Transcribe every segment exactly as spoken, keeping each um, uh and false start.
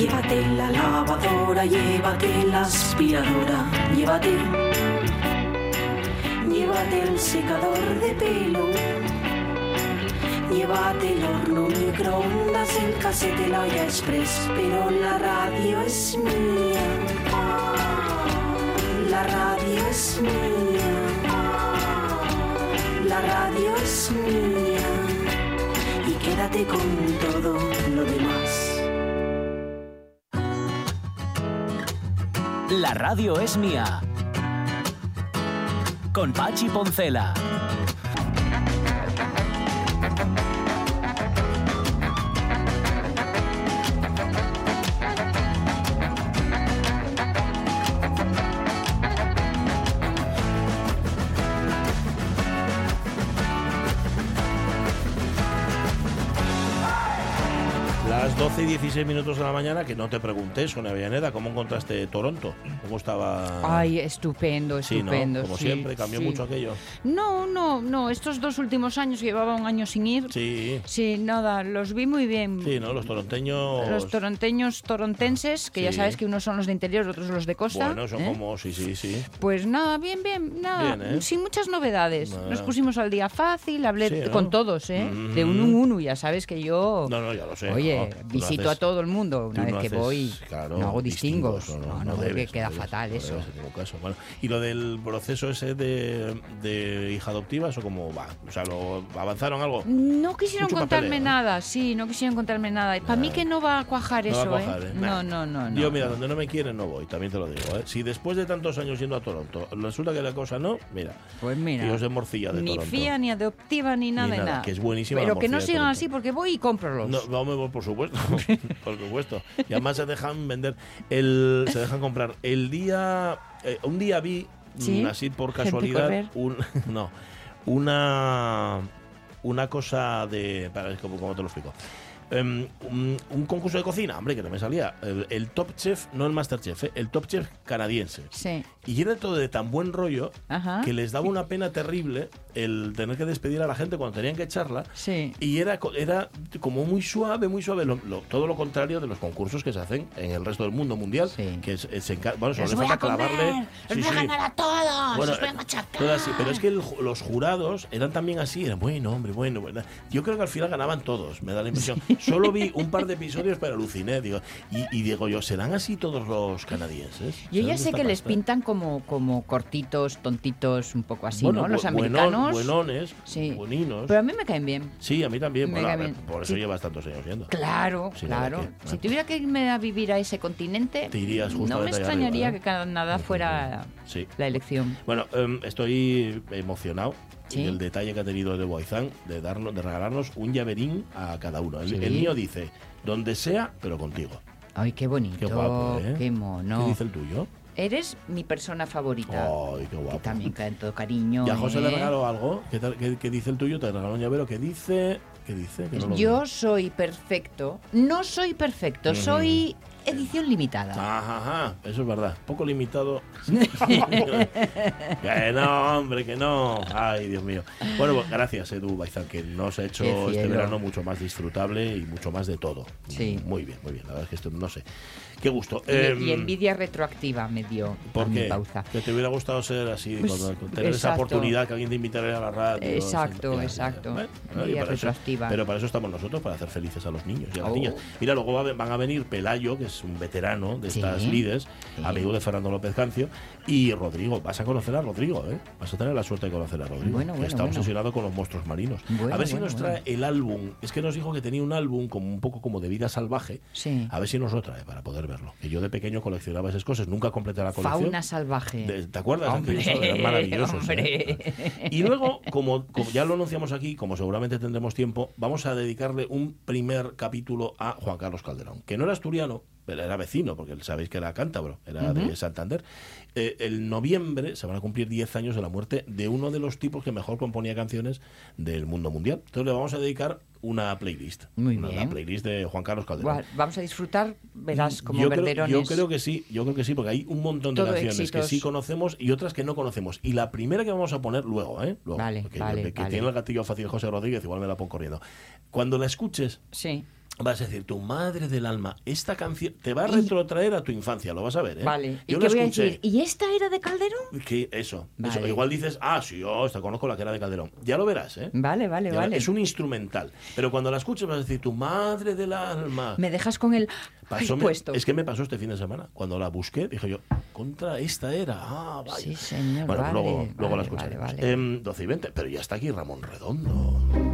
Llévate la lavadora, llévate la aspiradora, llévate, llévate el secador de pelo, llévate el horno, microondas, el cassette, el olla express, pero la radio es mía, la radio es mía, la radio es mía, y quédate con todo lo demás. La radio es mía. Con Pachi Poncela. doce y dieciséis minutos de la mañana, que no te pregunté, Sonia Avellaneda, ¿cómo encontraste Toronto? ¿Cómo estaba? Ay, estupendo, estupendo. Sí, ¿no? Como sí, siempre, cambió sí. mucho aquello. No, no, no, estos dos últimos años, llevaba un año sin ir. Sí. Sí, nada, los vi muy bien. Sí, ¿no? Los toronteños... Los toronteños torontenses, que sí. ya sabes que unos son los de interior, otros los de costa. Bueno, son ¿eh? como, sí, sí, sí. Pues nada, bien, bien, nada, Bien, ¿eh? sin muchas novedades. Nada. Nos pusimos al día fácil, hablé Sí, ¿no? con todos, ¿eh? Mm-hmm. De uno en uno, ya sabes que yo... No, no, ya lo sé. Oye, no, visito no haces, a todo el mundo una vez no que haces, voy. Claro, no hago distingos. No, no, no, no, no, porque debes, queda no debes, fatal no eso. debes en ningún caso. Bueno, ¿y lo del proceso ese de, de hija adoptiva, eso cómo va? O sea, ¿lo avanzaron algo? No quisieron Mucho contarme papeleo, ¿eh? nada, sí, no quisieron contarme nada. Para mí que no va a cuajar No eso, va a cuajar, ¿eh? ¿eh? No, Nah. no, no, no. Yo, mira, donde no me quieren no voy, también te lo digo, ¿eh? Si después de tantos años yendo a Toronto resulta que la cosa no, mira, Pues mira, tíos de morcilla de ni Toronto. fía, ni adoptiva, ni nada, Ni de nada, nada. que es buenísima Pero la que no morcilla de sigan Toronto. así porque voy y cómprolos. No, vamos, por supuesto, por supuesto. Y además se dejan vender, el, se dejan comprar. El día, eh, un día vi, ¿Sí? mm, así por Gente casualidad, correr. un, no, una, una cosa de, para cómo, cómo te lo explico. Um, un, un concurso de cocina, hombre, que no me salía. El, el Top Chef, no el Masterchef, ¿eh? El Top Chef canadiense. Sí. Y era todo de tan buen rollo Ajá. que les daba una pena terrible el tener que despedir a la gente cuando tenían que echarla. Sí. Y era, co- era como muy suave, muy suave. Lo, lo- todo lo contrario de los concursos que se hacen en el resto del mundo mundial. Sí. Que es, es- se enca- bueno, solo ¡Os le voy a falta comer! clavarle. ¡Os Sí, voy a sí. ganar a todos! Bueno, ¡Os voy a eh, machacar! todo así. Pero es que el ju- los jurados eran también así. Eran bueno, hombre, bueno, bueno. Yo creo que al final ganaban todos, me da la impresión. Solo vi un par de episodios, pero aluciné. Digo, y, y digo yo, ¿serán así todos los canadienses? Yo ya ¿Serán sé de esta que les pasta? pintan como, como cortitos, tontitos, un poco así, Bueno, ¿no? Los bu- americanos. buenon- buenones, Sí. bueninos. Pero a mí me caen bien. Sí, a mí también. Me Bueno, a cae ver, bien. por eso Sí. llevas tantos años yendo. Claro, Sí, claro. ¿verdad que? Si Bueno. tuviera que irme a vivir a ese continente, Te irías no justamente me allá extrañaría arriba, ¿eh? que Canadá fuera Sí. la elección. Bueno, em, estoy emocionado Sí. del detalle que ha tenido de Boizán de darnos, de regalarnos un llaverín a cada uno. El, Sí. el mío dice, donde sea, pero contigo. Ay, qué bonito. Qué guapo, ¿eh? Qué mono. ¿Qué dice el tuyo? Eres mi persona favorita. Ay, qué guapo. Que también cae en todo cariño. ¿Y a José ¿eh? le regaló algo? ¿Qué, tal- qué- qué dice el tuyo? Te regaló un llavero que dice... ¿Qué dice? Que no lo Yo veo. soy perfecto. No soy perfecto, Ujú. soy edición limitada. Ajá, ajá, eso es verdad. Poco limitado. Que no, hombre, que no. Ay, Dios mío. Bueno, pues, gracias, Edu Baizán, que nos ha hecho Qué este cielo. verano mucho más disfrutable y mucho más de todo. Sí. Muy bien, muy bien. La verdad es que esto, no sé. Qué gusto. Y, Em, y envidia retroactiva me dio ¿Por a mi qué? pauza. Que te hubiera gustado ser así, Pues, con- con tener esa exacto. oportunidad que alguien te invitara a la radio. Exacto, Ya, ya. exacto. Bueno, Envidia y para eso- retroactiva. pero para eso estamos nosotros, para hacer felices a los niños y a las Oh. niñas. Mira, luego va a- van a venir Pelayo, que es un veterano de Sí. estas lides, Sí. amigo de Fernando López Cancio, y Rodrigo. Vas a conocer a Rodrigo, ¿eh? Vas a tener la suerte de conocer a Rodrigo, Bueno, que bueno, está bueno. obsesionado con los monstruos marinos. Bueno, a ver si bueno, nos trae bueno. el álbum. Es que nos dijo que tenía un álbum como un poco como de vida salvaje. Sí. A ver si nos lo trae para poder verlo. Que yo de pequeño coleccionaba esas cosas, nunca completé la colección. Fauna salvaje. De- ¿Te acuerdas? Hombre, Aquellos eran maravillosos. ¿eh? hombre. Y luego, como, como ya lo anunciamos aquí, como seguramente tendremos tiempo, vamos a dedicarle un primer capítulo a Juan Carlos Calderón, que no era asturiano, pero era vecino, porque sabéis que era cántabro, era de Santander. Eh, el noviembre se van a cumplir diez años de la muerte de uno de los tipos que mejor componía canciones del mundo mundial. Entonces le vamos a dedicar una playlist. Muy una, bien. una playlist de Juan Carlos Calderón. Buah, vamos a disfrutar, verás, como yo creo, verderones. yo creo que sí, yo creo que sí, porque hay un montón de Todo canciones éxitos. que sí conocemos y otras que no conocemos. Y la primera que vamos a poner luego, ¿eh? Luego, Vale, porque vale, que vale. tiene el gatillo fácil José Rodríguez, igual me la pongo corriendo. Cuando la escuches, Sí. vas a decir, tu madre del alma, esta canción te va a retrotraer a tu infancia, lo vas a ver, ¿eh? Vale. Yo ¿Y la qué voy a escuché. decir? ¿Y esta era de Calderón? Que eso, Vale. eso. Igual dices, ah, sí, yo esta conozco la que era de Calderón. Ya lo verás, ¿eh? Vale, vale, Ya vale. Es un instrumental. Pero cuando la escuches vas a decir, tu madre del alma. Me dejas con el Pasó, me- puesto. es que me pasó este fin de semana. Cuando la busqué, dije yo, contra esta era. Ah, vaya. Sí, señor, Bueno, vale, luego, vale, luego la vale, escucharemos. vale. Em, doce y veinte, pero ya está aquí Ramón Redondo.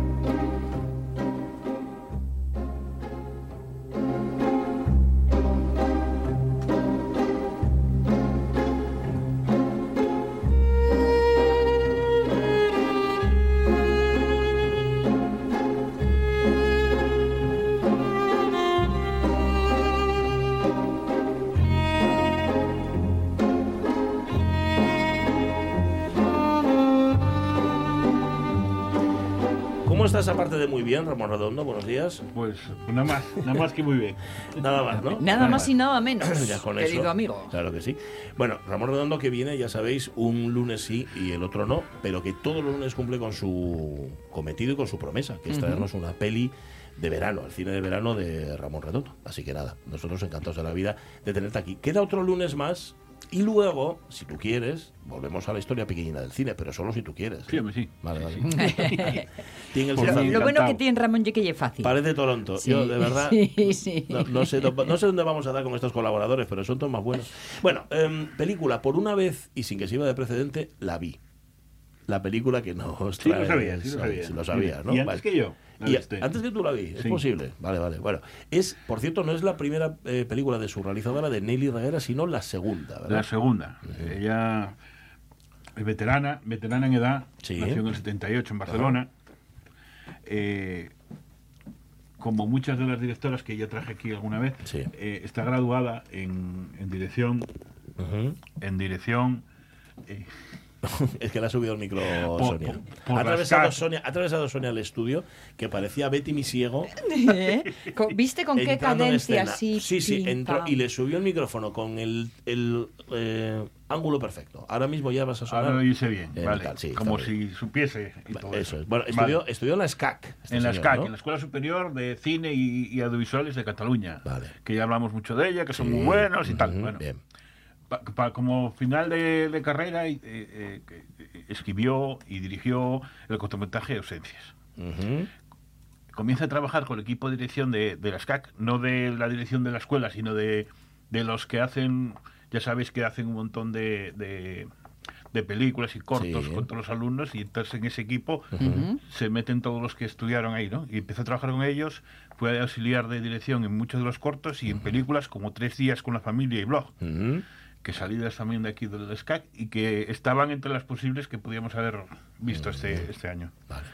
¿Cómo estás aparte de muy bien, Ramón Redondo? Buenos días. Pues nada más, nada más que muy bien. Nada más, ¿no? Nada más y nada menos, Ya con querido eso, amigo. Claro que sí. Bueno, Ramón Redondo que viene, ya sabéis, un lunes sí y el otro no, pero que todos los lunes cumple con su cometido y con su promesa, que es traernos una peli de verano, el cine de verano de Ramón Redondo. Así que nada, nosotros encantados de la vida de tenerte aquí. Queda otro lunes más y luego, si tú quieres, volvemos a la historia pequeñina del cine, pero solo si tú quieres. Sí, hombre, sí. Vale, vale. Tiene el Por Lo, mí, fácil. lo bueno encantado. que tiene Ramón Yeque es fácil. Pared de Toronto. Sí, Yo, de verdad, sí, sí. No, no sé, no sé dónde vamos a dar con estos colaboradores, pero son todos más buenos. Bueno, em, película, por una vez, y sin que sirva de precedente, la vi. La película que nos Sí, trae... lo sabía, sí lo sabía. Sí, lo sabías, ¿no? Y antes Vale. que yo. la Y viste. antes que tú la vi, es Sí. posible. Vale, vale. Bueno, es, por cierto, no es la primera eh, película de su realizadora, de Nelly Reguera, sino la segunda, ¿verdad? La segunda. Ella es veterana, veterana en edad. Sí. Nació en el setenta y ocho en Barcelona. Eh, como muchas de las directoras que ya traje aquí alguna vez, Sí. eh, está graduada en, en dirección, Ujú. en dirección. eh, Es que le ha subido el micro Por- Sonia. por- por ha, las atravesado casas. Sonia. ha atravesado Sonia el estudio, que parecía Betty mi ciego. ¿Eh? Con- ¿Viste con qué entrando en cadencia? escena. Sí, sí, sí, pim, entró pam. y le subió el micrófono con el, el eh, ángulo perfecto. Ahora mismo ya vas a sonar. Ahora lo hice bien, Eh, vale. tal, sí, está como bien. si supiese. Y todo Eso eso. es. Bueno, Vale. estudió, estudió en la S C A C. este En la señor, S C A C, ¿no? en la Escuela Superior de Cine y, y Audiovisuales de Cataluña. Vale. Que ya hablamos mucho de ella, que son Sí. muy buenos y tal. Ujú, Bueno, bien. pa- pa- como final de, de carrera, eh, eh, que- eh, escribió y dirigió el cortometraje de Ausencias. Ujú. Comienza a trabajar con el equipo de dirección de, de la S C A C, no de la dirección de la escuela, sino de, de los que hacen, ya sabéis que hacen un montón de, de, de películas y cortos Sí. con todos los alumnos, y entonces en ese equipo Ujú. se meten todos los que estudiaron ahí, ¿no? Y empezó a trabajar con ellos, fue auxiliar de dirección en muchos de los cortos y en películas como Tres días con la familia y Blog, Ujú. que salidas también de aquí del S C A C y que estaban entre las posibles que podíamos haber visto este, este año. Vale.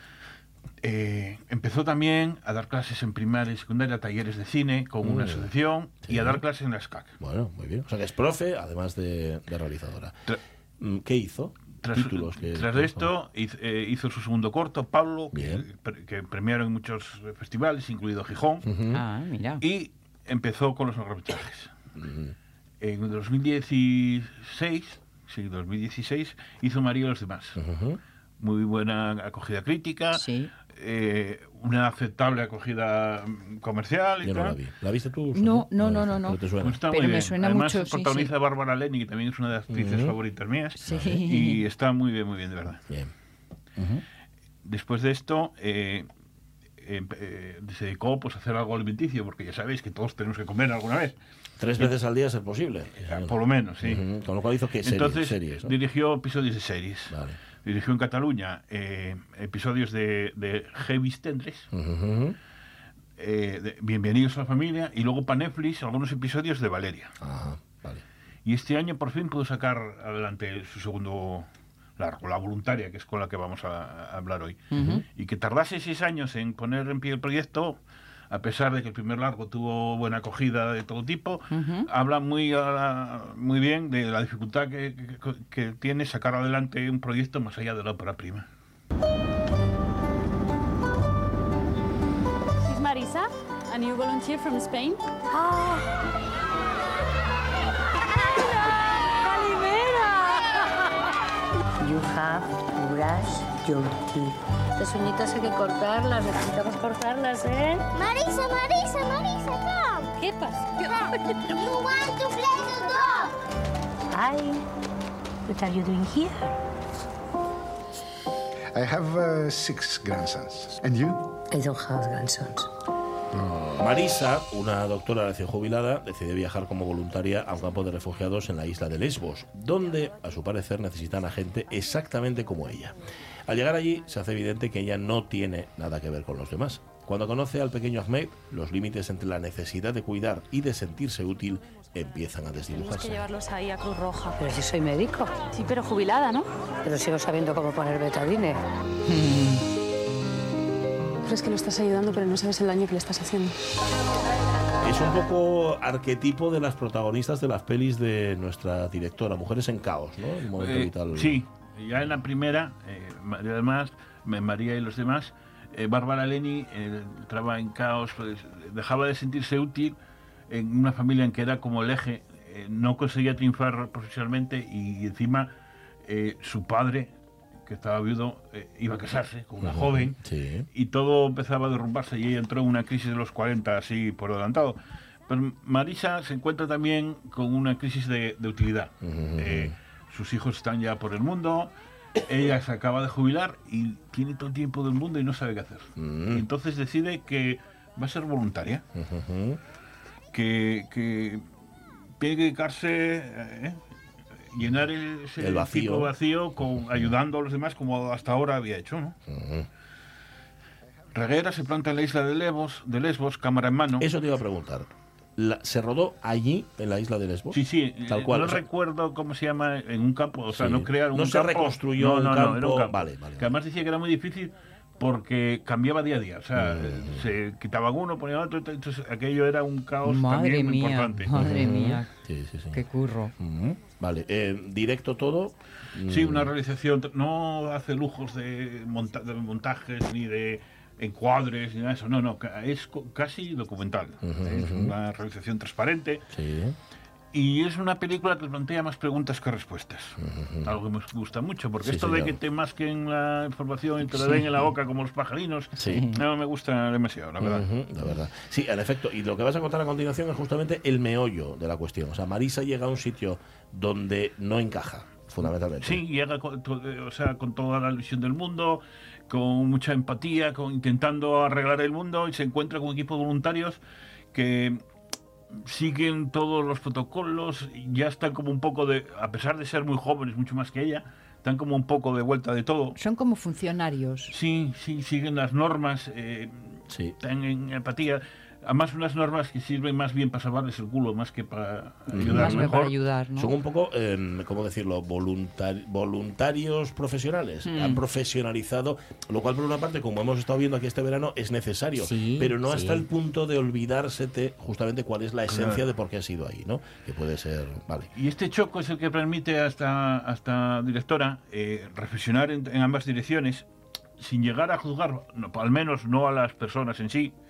Eh, empezó también a dar clases en primaria y secundaria, talleres de cine con una Mm, asociación sí. y a dar clases en la S C A C. Bueno, muy bien. O sea que es profe, además de, de realizadora. Tra- Mm, ¿Qué hizo? Tras, Títulos. Que, tras de esto hizo, eh, hizo su segundo corto, Pablo, que, Bien. pre- que premiaron en muchos festivales, incluido Gijón, Ujú. Ah, mira. y empezó con los largometrajes. Ujú. En dos mil dieciséis, sí, dos mil dieciséis hizo María y los demás. Ujú. Muy buena acogida crítica, Sí. eh, una aceptable acogida mm, comercial y Yo no tal. la vi. ¿La viste tú? No, Sonia? no, no, no, no. te suena? Pues está Pero muy me bien. suena Además, mucho, sí, protagoniza sí. a Bárbara Lenny, que también es una de las actrices Ujú. favoritas mías. Sí. Y está muy bien, muy bien, de verdad. Bien. Ujú. Después de esto, eh, eh, eh, se dedicó pues, a hacer algo alimenticio, porque ya sabéis que todos tenemos que comer alguna vez. Tres veces al día es posible. Eh, Por lo menos, sí. Ujú. Con lo cual hizo que series, Entonces, series, ¿no? dirigió episodios de series. Vale. Dirigió en Cataluña eh, episodios de, de Heavy Tendres, Ujú. eh, de Bienvenidos a la Familia, y luego para Netflix algunos episodios de Valeria. Ajá, vale. Y este año por fin pudo sacar adelante su segundo largo, La Voluntaria, que es con la que vamos a, a hablar hoy. Ujú. Y que tardase seis años en poner en pie el proyecto, a pesar de que el primer largo tuvo buena acogida de todo tipo, Ujú. habla muy, a- muy bien de la dificultad que, que- que tiene sacar adelante un proyecto más allá de la ópera prima. She's Marisa, a new volunteer from Spain. You have to brush your teeth. Estas uñitas hay que cortarlas, necesitamos cortarlas, ¿eh? Marisa, Marisa, Marisa, come. ¿Qué pasa? You want to play the dog? Hi. What are you doing here? I have uh, six grandsons. And you? I don't have grandsons. Marisa, una doctora recién jubilada, decide viajar como voluntaria a un campo de refugiados en la isla de Lesbos, donde, a su parecer, necesitan a gente exactamente como ella. Al llegar allí, se hace evidente que ella no tiene nada que ver con los demás. Cuando conoce al pequeño Ahmed, los límites entre la necesidad de cuidar y de sentirse útil empiezan a Tenemos desdibujarse. que llevarlos ahí a Cruz Roja. Pero si soy médico. Sí, pero jubilada, ¿no? Pero sigo sabiendo cómo poner betadine. Crees que lo estás ayudando, pero no sabes el daño que le estás haciendo. Es un poco arquetipo de las protagonistas de las pelis de nuestra directora, Mujeres en Caos, ¿no? El momento Eh, vital. Sí, ya en la primera, eh, además, María y los demás, eh, Bárbara Leni eh, entraba en caos, pues, dejaba de sentirse útil en una familia en que era como el eje, eh, no conseguía triunfar profesionalmente y encima eh, su padre, que estaba viudo, eh, iba a casarse con una Ujú, joven, sí. y todo empezaba a derrumbarse y ella entró en una crisis de los cuarenta así por adelantado. Pero Marisa se encuentra también con una crisis de, de utilidad. Ujú. Eh, sus hijos están ya por el mundo, ella se acaba de jubilar y tiene todo el tiempo del mundo y no sabe qué hacer. Mm. Y entonces decide que va a ser voluntaria, Ujú. que, que tiene que dedicarse, eh, llenar el, ese El vacío. ciclo vacío con, ayudando a los demás como hasta ahora había hecho, ¿no? Ujú. Reguera se planta en la isla de Lesbos, de Lesbos, cámara en mano. Eso te iba a preguntar. La- ¿Se rodó allí, en la isla de Lesbos? Sí, sí, Tal eh, cual. no o sea, recuerdo cómo se llama en un campo, o sea, Sí. no crearon No un se campo. reconstruyó no, un no, no, campo. era un campo. Vale, vale, Que además decía que era muy difícil porque cambiaba día a día, o sea, Mm. se quitaban uno, ponían otro, entonces aquello era un caos Madre también muy mía, importante. madre Ujú. mía, Sí, sí, sí. qué curro. Ujú. Vale, eh, directo todo. Sí, Mm. una realización, no hace lujos de, monta- de montajes ni de encuadres ni nada de eso, no, no, ca- es co- casi documental. Ujú, Es ujú. una realización transparente. Sí. Y es una película que plantea más preguntas que respuestas. Ujú. Algo que me gusta mucho, porque Sí, esto señor. de que te masquen la información y te la Sí. den en la boca como los pajarinos, Sí. no me gusta demasiado, la verdad. Ujú, la verdad. Sí, en efecto. Y lo que vas a contar a continuación es justamente el meollo de la cuestión. O sea, Marisa llega a un sitio donde no encaja, fundamentalmente. Sí, llega con, to- eh, o sea, con toda la visión del mundo, con mucha empatía, con, intentando arreglar el mundo, y se encuentra con un equipo de voluntarios que siguen todos los protocolos, y ya están como un poco de, a pesar de ser muy jóvenes, mucho más que ella, están como un poco de vuelta de todo. Son como funcionarios. Sí, sí, siguen las normas, eh, Sí. están en empatía. Además, unas normas que sirven más bien para salvarles el culo, más que para Ujú. ayudar Más bien mejor. para ayudar, ¿no? Son un poco, eh, ¿cómo decirlo?, Voluntar- voluntarios profesionales. Mm. Han profesionalizado, lo cual por una parte, como hemos estado viendo aquí este verano, es necesario, Sí, pero no sí. hasta el punto de olvidársete justamente cuál es la esencia Claro. de por qué has ido ahí, ¿no? Que puede ser, vale. Y este choco es el que permite a esta, a esta directora eh, reflexionar en, en ambas direcciones sin llegar a juzgar, no, al menos no a las personas en sí.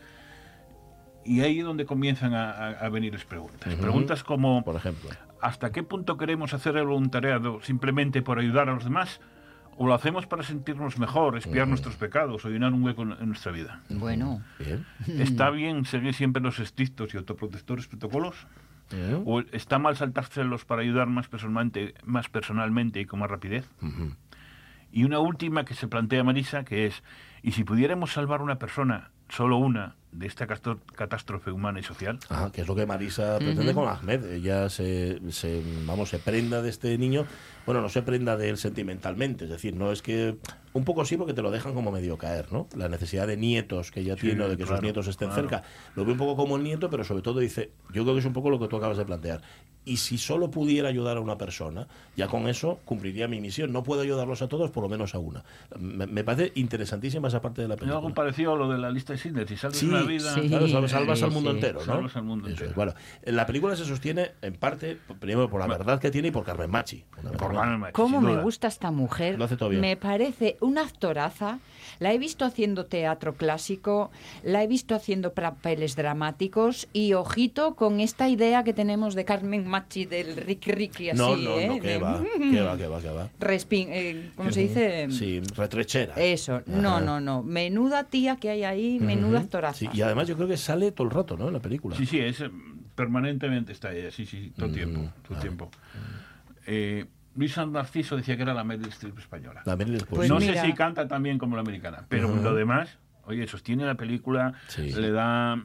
Y ahí es donde comienzan a, a- a venir las preguntas. Ujú. Preguntas como, Por ejemplo. ¿hasta qué punto queremos hacer el voluntariado simplemente por ayudar a los demás? ¿O lo hacemos para sentirnos mejor, espiar Ujú. nuestros pecados o llenar un hueco en, en nuestra vida? Bueno, Bien. ¿Está bien seguir siempre los estrictos y autoprotectores protocolos? Ujú. ¿O está mal saltárselos para ayudar más personalmente, más personalmente y con más rapidez? Ujú. Y una última que se plantea Marisa, que es, ¿y si pudiéramos salvar una persona, solo una, de esta casto- catástrofe humana y social? Ajá, que es lo que Marisa pretende con Ahmed. Ella se, se, vamos, se prenda de este niño. Bueno, no se prenda de él sentimentalmente. Es decir, no es que... Un poco sí, porque te lo dejan como medio caer, ¿no? La necesidad de nietos que ella Sí, tiene, o de que sus claro, nietos estén claro. cerca. Lo ve un poco como el nieto, pero sobre todo dice... Yo creo que es un poco lo que tú acabas de plantear. Y si solo pudiera ayudar a una persona, ya con eso cumpliría mi misión. No puedo ayudarlos a todos, por lo menos a una. Me, me parece interesantísima esa parte de la Es película. algo parecido a lo de la lista de Schindler. Si salvas Sí, una vida... sí. Claro, salvas, salvas al mundo sí. entero, ¿no? Salvas al mundo Eso entero. es. Bueno, la película se sostiene en parte, primero por la Bueno. verdad que tiene y por Carmen Machi. Por Manuel Machi, ¿cómo sin me duda. gusta esta mujer? Lo hace todo bien. Me parece una actoraza. La he visto haciendo teatro clásico, la he visto haciendo papeles dramáticos y ojito con esta idea que tenemos de Carmen Machi del Ricky Ricky así, No, no, ¿eh? no, que De- va, que va, que va, que va. Respin, eh, ¿cómo se dice? Sí, retrechera. Eso, no, Ajá. no, no. Menuda tía que hay ahí, menuda Ujú. actoraza. Sí, y además yo creo que sale todo el rato, ¿no? En la película. Sí, sí, es, eh, permanentemente está ella, sí, sí, todo el Mm, tiempo, todo el ah. tiempo. Eh, Luis San Narciso decía que era la Meryl Streep española. La Meryl Streep. Pues no mira. sé si canta tan bien como la americana, pero Ujú. lo demás, oye, sostiene la película, Sí. le da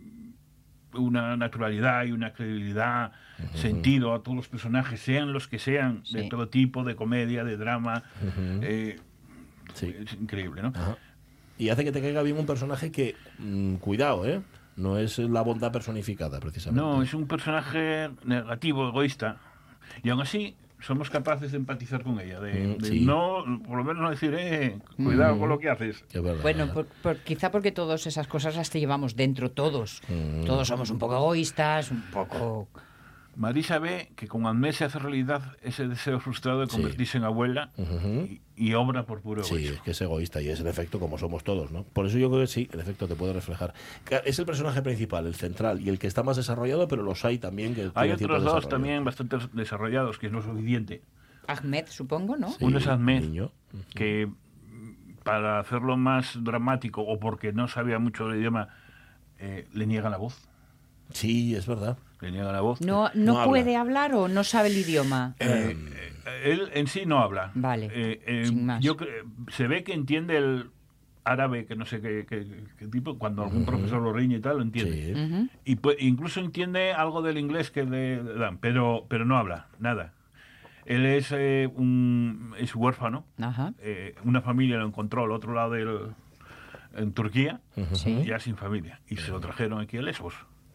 una naturalidad y una credibilidad, sentido a todos los personajes, sean los que sean, de Sí. todo tipo, de comedia, de drama. Ujú. eh, Sí. Es increíble, ¿no? Ajá. Y hace que te caiga bien un personaje que, mm, cuidado, ¿eh? No es la bondad personificada, precisamente. No, es un personaje negativo, egoísta. Y aún así somos capaces de empatizar con ella, de, Mm, de sí. no, por lo menos no decir, eh, cuidado con lo que haces. Que es verdad, Bueno, ¿verdad? por- por- quizá porque todas esas cosas las llevamos dentro todos. Mm. Todos somos un poco egoístas, un poco... Marisa ve que con Ahmed se hace realidad ese deseo frustrado de Sí. convertirse en abuela Ujú. y, y obra por puro Sí, egoísmo. es que es egoísta y es en efecto como somos todos, ¿no? Por eso yo creo que sí, en efecto te puede reflejar. Ca- Es el personaje principal, el central y el que está más desarrollado, pero los hay también que Hay tienen cierto otros dos desarrollo. también bastante desarrollados, que es lo suficiente. Ahmed, supongo, ¿no? Sí, Uno es Ahmed, niño. que mm, para hacerlo más dramático o porque no sabía mucho del idioma, eh, le niega la voz. Sí, es verdad. Le niega la voz. No, No no habla. puede hablar o no sabe el idioma. Eh, eh, él en sí no habla. Vale, Eh, eh, sin más. Yo cre- se ve que entiende el árabe, que no sé qué, qué- qué tipo, cuando algún profesor lo riñe y tal, lo entiende. Sí. Ujú. Y pu- incluso entiende algo del inglés que le dan, pero, pero no habla, nada. Él es, eh, un, es huérfano. Ajá. Eh, una familia lo encontró al otro lado del, en Turquía, Sí. ya sin familia, y se lo trajeron aquí a Lesbos.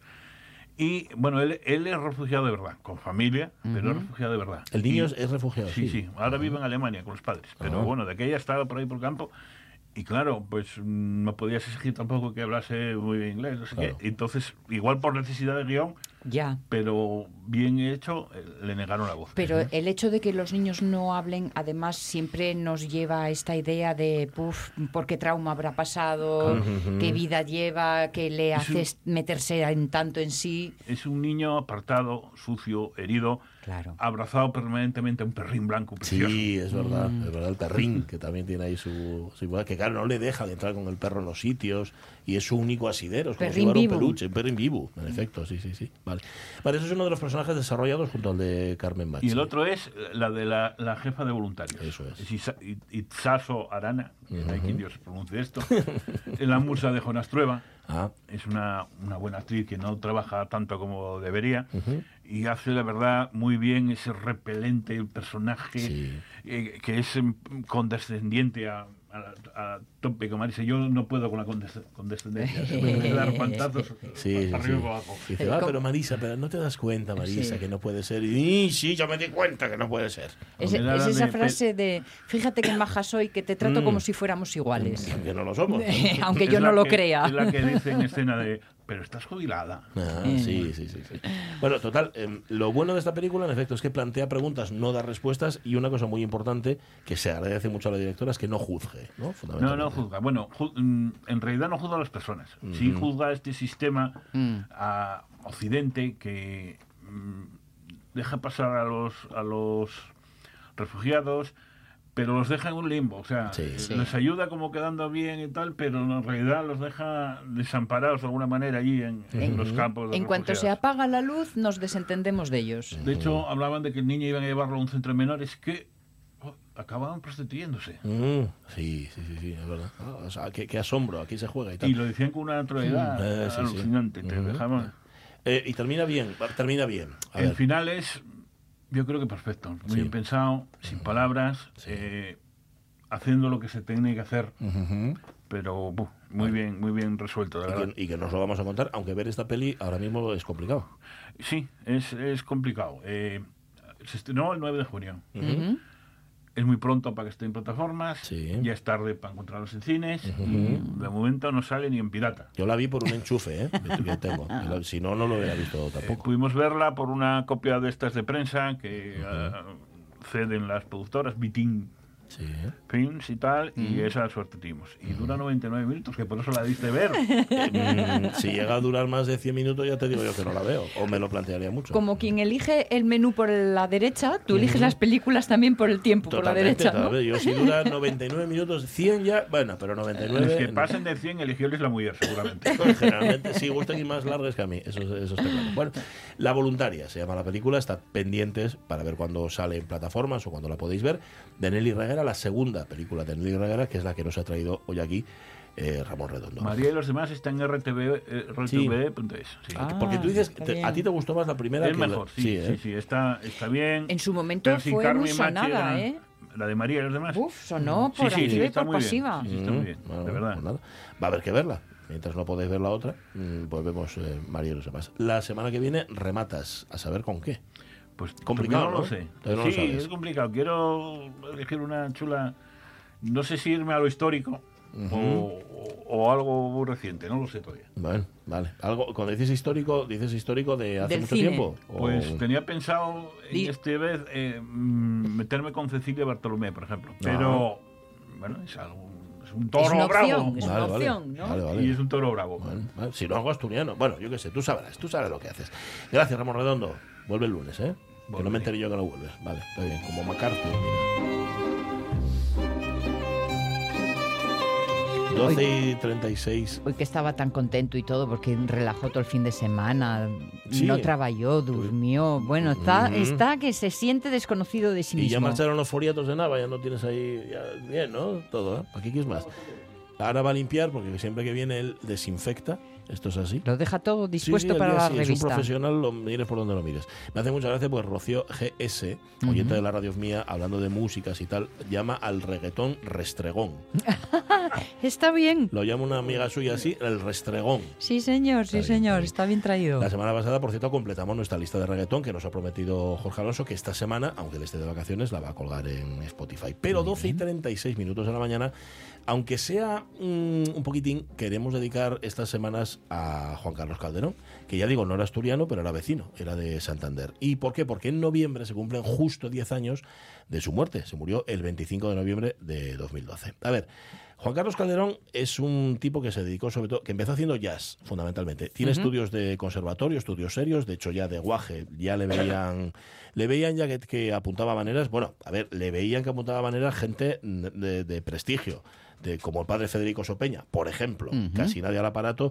Y bueno, él, él es refugiado de verdad, con familia, pero es refugiado de verdad. El niño Y- es, es refugiado. Sí, sí, ahora vive en Alemania con los padres, pero Ajá. bueno, de aquella estaba por ahí por el campo. Y claro, pues mm, no podías exigir tampoco que hablase muy bien inglés, no sé Claro. qué. Entonces, igual por necesidad de guión, Ya. pero bien hecho, eh, le negaron la voz. Pero el hecho de que los niños no hablen, además, siempre nos lleva a esta idea de, puf, ¿por qué trauma habrá pasado? ¿Qué vida lleva? ¿Qué le Es hace un- meterse en tanto en sí? Es un niño apartado, sucio, herido, Claro. abrazado permanentemente a un perrín blanco precioso. Sí, es verdad, Mm. es verdad, el perrín, que también tiene ahí su, su igual, que claro, no le deja de entrar con el perro en los sitios, y es su único asidero, es como si Perrín fuera un vivo. peluche, un perrín vivo, en efecto, sí, sí, sí. Vale. Vale, eso es uno de los personajes desarrollados junto al de Carmen Machi. Y el otro es la de la, la jefa de voluntarios. Eso es. Isa- It- Itzaso Arana, que no hay quien Dios pronuncie esto. La musa de Jonas Trueba. Ah, Es una, una buena actriz que no trabaja tanto como debería ujú. y hace la verdad muy bien ese repelente personaje Sí. eh, que es em, condescendiente a, a, a tope con Marisa. Yo no puedo con la condes- condescendencia, se me dar pantazos Sí, sí, para sí. arriba y para abajo. Dice, Pero ah, ¿cómo? pero Marisa, pero no te das cuenta, Marisa, Sí. que no puede ser. Y sí, yo me di cuenta que no puede ser. Es, Me da es la esa de- frase de, fíjate que maja soy, que te trato Mm. como si fuéramos iguales. Que no lo somos. ¿no? Aunque Es yo la no lo que- crea. Es la que dice en escena de, pero estás jubilada. Ah, Eh. sí, sí, sí, sí. Bueno, total, em, lo bueno de esta película, en efecto, es que plantea preguntas, no da respuestas, y una cosa muy importante que se agradece mucho a la directora es que no juzgue, ¿no? No, Fundamentalmente. no juzga. Bueno, ju- mm, en realidad no juzga a las personas. Sí Ujú. juzga este sistema Mm. a Occidente que mm, deja pasar a los, a los refugiados, pero los deja en un limbo. O sea, Sí. Sí. les ayuda como quedando bien y tal, pero en realidad los deja desamparados de alguna manera allí en, en los campos de En cuanto se refugiados. apaga la luz, nos desentendemos de ellos. De hecho, hablaban de que el niño iban a llevarlo a un centro de menores que oh, acababan prostituyéndose. Mm, sí, sí, sí, sí, es verdad. Ah, o sea, qué, qué asombro, aquí se juega y tal. Y lo decían con una naturalidad Eh, sí, sí. alucinante. Te Ujú. dejaban... Eh, y termina bien, va- termina bien. A El ver. final es, yo creo que perfecto, muy Sí. bien pensado, sin palabras, Sí. eh, haciendo lo que se tiene que hacer, Ujú. pero buf, muy bien, muy bien resuelto, la Y verdad. que, y que nos lo vamos a contar, aunque ver esta peli ahora mismo es complicado. Sí, es, es complicado. Eh, se estrenó el nueve de junio. Ujú. Es muy pronto para que esté en plataformas, Sí. ya es tarde para encontrarlos en cines, Ujú. y de momento no sale ni en pirata. Yo la vi por un enchufe, ¿eh? que que tengo. Que la- Si no, no lo hubiera visto Eh, tampoco. pudimos verla por una copia de estas de prensa que ah, ceden las productoras, Vitín Sí. Films y tal, Mm. y esa suerte tuvimos. Y dura noventa y nueve minutos, que por eso la diste ver. Eh, mm, si llega a durar más de cien minutos, ya te digo yo que no la veo, o me lo plantearía mucho. Como quien elige el menú por la derecha, tú eliges las películas también por el tiempo, por la Totalmente, derecha, ¿no? tal vez. Yo si dura noventa y nueve minutos, cien ya, bueno, pero noventa y nueve... Los que pasen de cien, eligióles la mujer, seguramente. Pues generalmente sí gustan y más largas que a mí, eso, eso está claro. Bueno, La Voluntaria se llama la película, está pendientes para ver cuándo sale en plataformas o cuando la podéis ver, de Nelly Reguera, la segunda película de Nelly Reguera, que es la que nos ha traído hoy aquí eh, Ramón Redondo. María y los demás están en R T V, eh, R T V punto es. Sí. Ah, Porque tú dices, está te- bien. a ti te gustó más la primera Es que la- mejor, sí, sí, sí, ¿eh? sí, está, está bien. En su momento Pero sin fue Carmen muy Machi sonada, era- ¿eh? La de María y los demás. Uf, sonó Sí, por sí, sí, activa y está por muy bien. pasiva. Sí, sí, está muy bien, Bueno, de verdad. pues nada. Va a haber que verla. Mientras no podéis ver la otra, mm, pues vemos eh, María y los demás. La semana que viene rematas, a saber con qué. Pues Complicado, todavía no, ¿no? lo sé. Todavía no lo Sí, sabes. es complicado. Quiero elegir una chula. No sé si irme a lo histórico Ujú. o, o algo muy reciente, no lo sé todavía. Bueno, vale. Algo, cuando dices histórico, ¿dices histórico de hace Del mucho cine. tiempo? ¿O- Pues tenía pensado en Di- este vez eh, mm, meterme con Cecilia Bartolomé, por ejemplo. Pero, bueno, es algo. Es un toro Es una bravo. opción, es una Vale, vale. opción, ¿no? Vale, vale. Y es un toro bravo. Bueno, vale. Si no, algo asturiano. Bueno, yo qué sé, tú sabrás, tú sabes lo que haces. Gracias, Ramón Redondo. Vuelve el lunes, ¿eh? Que no me Volveré. enteré yo que no vuelves. Vale, está bien. Como MacArthur, mira. doce y treinta y seis. Hoy que estaba tan contento y todo porque relajó todo el fin de semana, Sí. no trabajó, durmió. Bueno, está, Ujú. está que se siente desconocido de sí Y ya mismo. marcharon los foriatos de Nava, ya no tienes ahí. Ya, bien, ¿no? Todo, ¿eh? ¿Para qué quieres más? Ahora va a limpiar porque siempre que viene él desinfecta. Esto es así. Lo deja todo Sí, dispuesto sí, el para día la sí, es un revista. profesional, lo mires por donde lo mires. Me hace mucha gracia, pues Rocío G S, oyente Ujú. de la radio mía, hablando de músicas y tal, llama al reggaetón restregón. Está bien. Lo llama una amiga suya así, el restregón. Sí, señor, sí, Está bien, señor. está bien. Está bien traído. La semana pasada, por cierto, completamos nuestra lista de reggaetón que nos ha prometido Jorge Alonso, que esta semana, aunque él esté de vacaciones, la va a colgar en Spotify. Pero doce y treinta y seis minutos de la mañana, aunque sea mm, un poquitín, queremos dedicar estas semanas a Juan Carlos Calderón, que ya digo, no era asturiano, pero era vecino, era de Santander. ¿Y por qué? Porque en noviembre se cumplen justo diez años de su muerte. Se murió el veinticinco de noviembre de dos mil doce. A ver, Juan Carlos Calderón es un tipo que se dedicó sobre todo, que empezó haciendo jazz, fundamentalmente. Tiene Ujú. estudios de conservatorio, estudios serios, de hecho ya de guaje, ya le veían, le veían ya que, que apuntaba maneras, bueno, a ver, le veían que apuntaba maneras gente de, de prestigio. De, como el padre Federico Sopeña, por ejemplo, Ujú. casi nadie al aparato,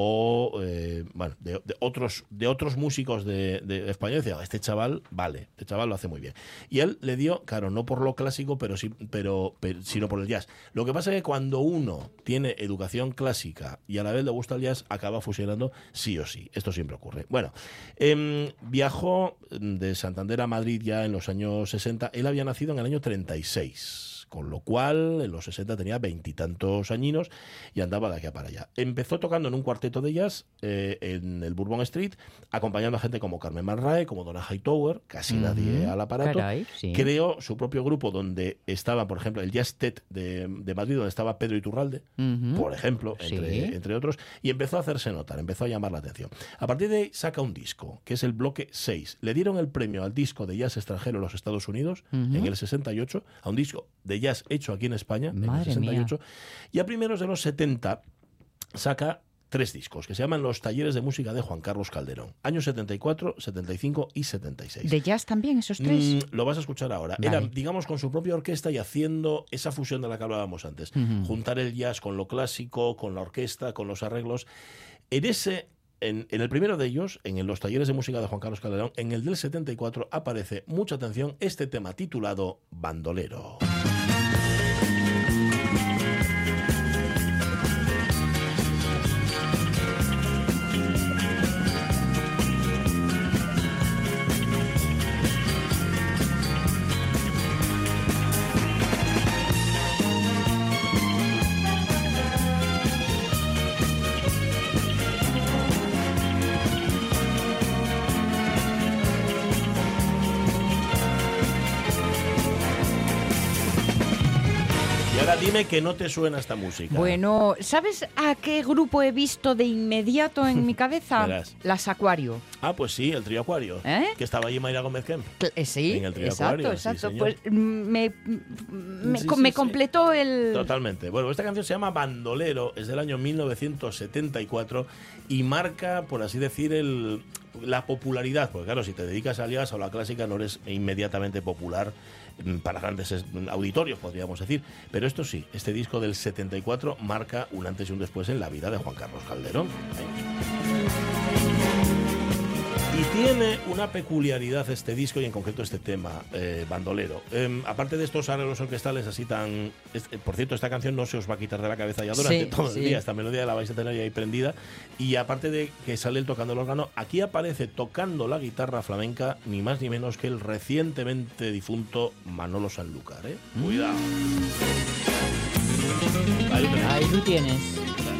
o eh, bueno, de, de otros de otros músicos de, de España, decía, este chaval, vale, este chaval lo hace muy bien. Y él le dio, claro, no por lo clásico, pero sí, pero, pero sino por el jazz. Lo que pasa es que cuando uno tiene educación clásica y a la vez le gusta el jazz, acaba fusionando sí o sí. Esto siempre ocurre. Bueno, em, viajó de Santander a Madrid ya en los años sesenta. Él había nacido en el año treinta y seis. Con lo cual, en los sesenta tenía veintitantos añinos y andaba de aquí a para allá. Empezó tocando en un cuarteto de jazz eh, en el Bourbon Street, acompañando a gente como Carmen Manrae, como Donna Hightower, casi Ujú. nadie al aparato. Caray, sí. Creó su propio grupo donde estaba, por ejemplo, el Jazz Tet de, de Madrid, donde estaba Pedro Iturralde, Ujú. por ejemplo, entre, Sí. entre otros, y empezó a hacerse notar, empezó a llamar la atención. A partir de ahí saca un disco, que es el bloque seis. Le dieron el premio al disco de jazz extranjero en los Estados Unidos Ujú. en el sesenta y ocho, a un disco de jazz hecho aquí en España en el Madre sesenta y ocho, y a primeros de los setenta saca tres discos que se llaman Los Talleres de Música de Juan Carlos Calderón, años setenta y cuatro, setenta y cinco y setenta y seis. ¿De jazz también, esos tres? Mm, lo vas a escuchar ahora. Vale. Era, digamos, con su propia orquesta y haciendo esa fusión de la que hablábamos antes. Ujú. Juntar el jazz con lo clásico, con la orquesta, con los arreglos. En ese... En, en el primero de ellos, en los Talleres de Música de Juan Carlos Calderón, en el del setenta y cuatro, aparece, mucha atención, este tema titulado Bandolero. dime que no te suena esta música. Bueno, ¿sabes a qué grupo he visto de inmediato en mi cabeza? Verás. Las Acuario. Ah, pues sí, el trío Acuario. ¿Eh? Que estaba allí Mayra Gómez Kemp. Cl- eh, sí, En el trío exacto, Acuario, sí, exacto. señor. Pues mm, me, me, Sí, co- sí, me sí. completó el... Totalmente. Bueno, esta canción se llama Bandolero, es del año mil novecientos setenta y cuatro y marca, por así decir, el, la popularidad. Porque claro, si te dedicas al jazz o a la clásica no eres inmediatamente popular mm, para grandes es- auditorios, podríamos decir. Pero esto sí, este disco del setenta y cuatro marca un antes y un después en la vida de Juan Carlos Calderón. Y tiene una peculiaridad este disco y en concreto este tema, eh, Bandolero. Eh, aparte de estos arreglos orquestales así tan... es- eh, por cierto, esta canción no se os va a quitar de la cabeza ya durante Sí, todo sí. el día. Esta melodía la vais a tener ahí prendida. Y aparte de que sale él tocando el órgano, aquí aparece tocando la guitarra flamenca ni más ni menos que el recientemente difunto Manolo Sanlúcar. ¿eh? Cuidado. Ahí lo tenéis. Ahí tú tienes.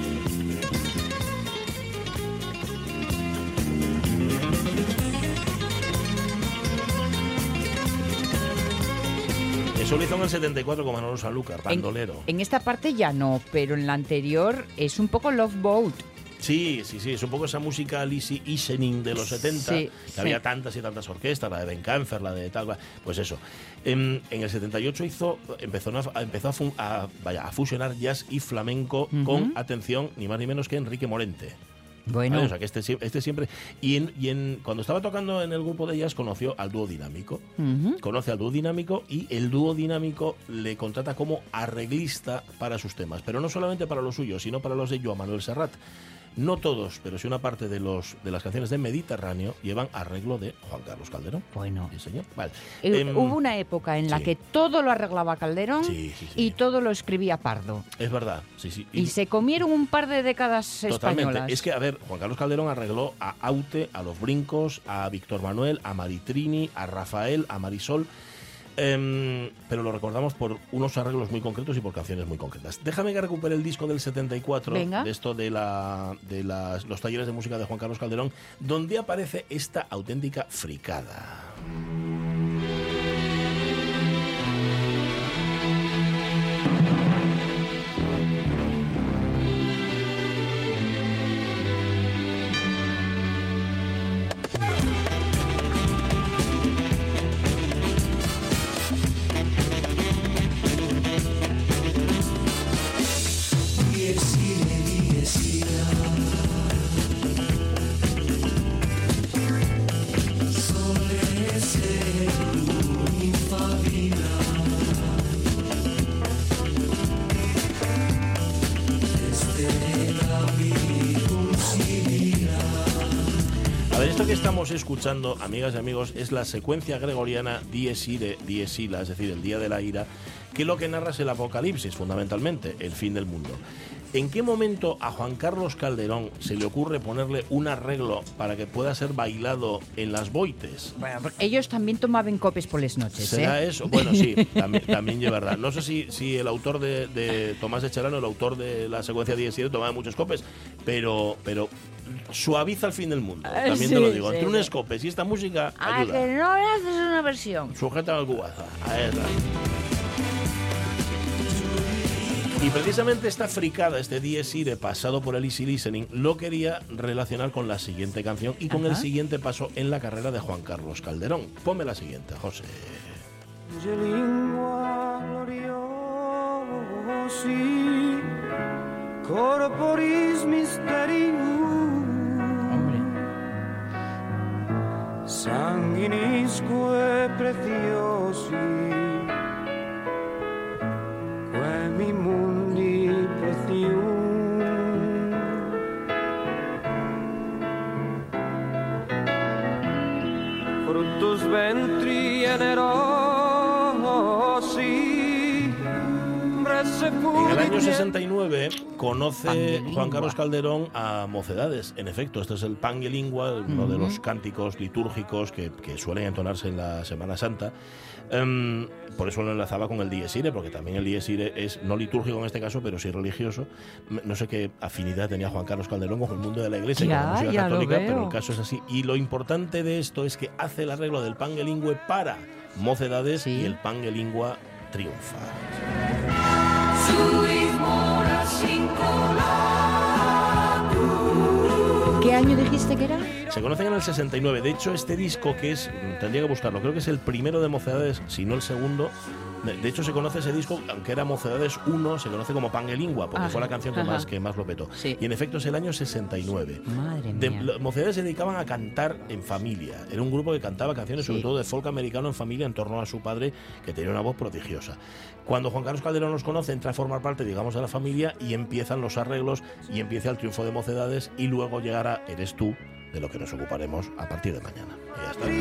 Eso lo hizo en el setenta y cuatro con Manolo Sanlúcar, Bandolero. En, en esta parte ya no, pero en la anterior es un poco Love Boat. Sí, sí, sí, es un poco esa música Lizzy Easoning de los setenta, Sí, que sí. había tantas y tantas orquestas, la de Ben Canfer, la de tal, pues eso. En, en el setenta y ocho hizo, empezó, a, empezó a, fu- a, vaya, a fusionar jazz y flamenco Ujú. con, atención, ni más ni menos que Enrique Morente. Bueno, ¿Vale? O sea, que este, sie- este siempre... Y, en, y en, cuando estaba tocando en el grupo de jazz conoció al dúo dinámico. ujú. Conoce al dúo dinámico y el dúo dinámico le contrata como arreglista para sus temas, pero no solamente para los suyos, sino para los de Joan Manuel Serrat. No todos, pero sí una parte de los de las canciones de Mediterráneo llevan arreglo de Juan Carlos Calderón. Bueno. Sí, señor. Vale. Eh, Em, Hubo una época en la sí. que todo lo arreglaba Calderón Sí, sí, sí. y todo lo escribía Pardo. Es verdad, sí, sí. Y, se comieron un par de décadas Totalmente. españolas. Es que, a ver, Juan Carlos Calderón arregló a Aute, a Los Brincos, a Víctor Manuel, a Maritrini, a Rafael, a Marisol. Em, pero lo recordamos por unos arreglos muy concretos y por canciones muy concretas. Déjame que recupere el disco del setenta y cuatro, Venga. de esto de, la, de las, los talleres de música de Juan Carlos Calderón, donde aparece esta auténtica fricada. A ver, esto que estamos escuchando, amigas y amigos, es la secuencia gregoriana Dies Irae, Dies Illa, es decir, el día de la ira, que lo que narra es el apocalipsis, fundamentalmente, el fin del mundo. ¿En qué momento a Juan Carlos Calderón se le ocurre ponerle un arreglo para que pueda ser bailado en las boites? Bueno, porque ellos también tomaban copes por las noches. ¿Será ¿eh? eso? Bueno, sí, también, también es verdad. No sé si, si el autor de, de Tomás de Cherano, el autor de la secuencia Dies Irae, tomaba muchos copes, pero, pero suaviza el fin del mundo. Ah, También sí, te lo digo. sí, Entre sí. unos copes y esta música, Ah, ayuda. que no le haces una versión. Sujeta al cubaza. Ahí está. Y precisamente esta fricada, este Dies Irae pasado por el Easy Listening, lo quería relacionar con la siguiente canción y con Ajá. el siguiente paso en la carrera de Juan Carlos Calderón. Ponme la siguiente, José. Lingua gloriosi, corporis mysterium, Hombre. sanguinisque preciosi, que mi mundi precium. Fructus ventri generosi, bresse En el año fugit sesenta y nueve conoce Pangelingua. Juan Carlos Calderón a Mocedades. En efecto, este es el Pangelingua, uno de Ujú. los cánticos litúrgicos que, que suelen entonarse en la Semana Santa. Em, por eso lo enlazaba con el Dies Irae, porque también el Dies Irae es no litúrgico en este caso, pero sí religioso. M- No sé qué afinidad tenía Juan Carlos Calderón con el mundo de la iglesia y con Ya, la música ya lo católica, pero veo. el caso es así. Y lo importante de esto es que hace el arreglo del Pangelingüe para Mocedades Sí. y el Pangelingua triunfa. Si ¿Qué año dijiste que era? Se conocen en el sesenta y nueve. De hecho, este disco, que es, tendría que buscarlo, creo que es el primero de Mocedades, si no el segundo. De, de hecho, se conoce ese disco, aunque era Mocedades uno, se conoce como Pangelingua, porque Ah, fue la canción que ajá. más, que más lo petó. Sí. Y en efecto es el año sesenta y nueve. Madre De, mía. lo- Mocedades se dedicaban a cantar en familia. Era un grupo que cantaba canciones, sobre Sí. todo de folk americano en familia, en torno a su padre, que tenía una voz prodigiosa. Cuando Juan Carlos Calderón los conoce, entra a formar parte, digamos, de la familia y empiezan los arreglos y empieza el triunfo de Mocedades y luego llegará Eres tú, de lo que nos ocuparemos a partir de mañana. Y ya está.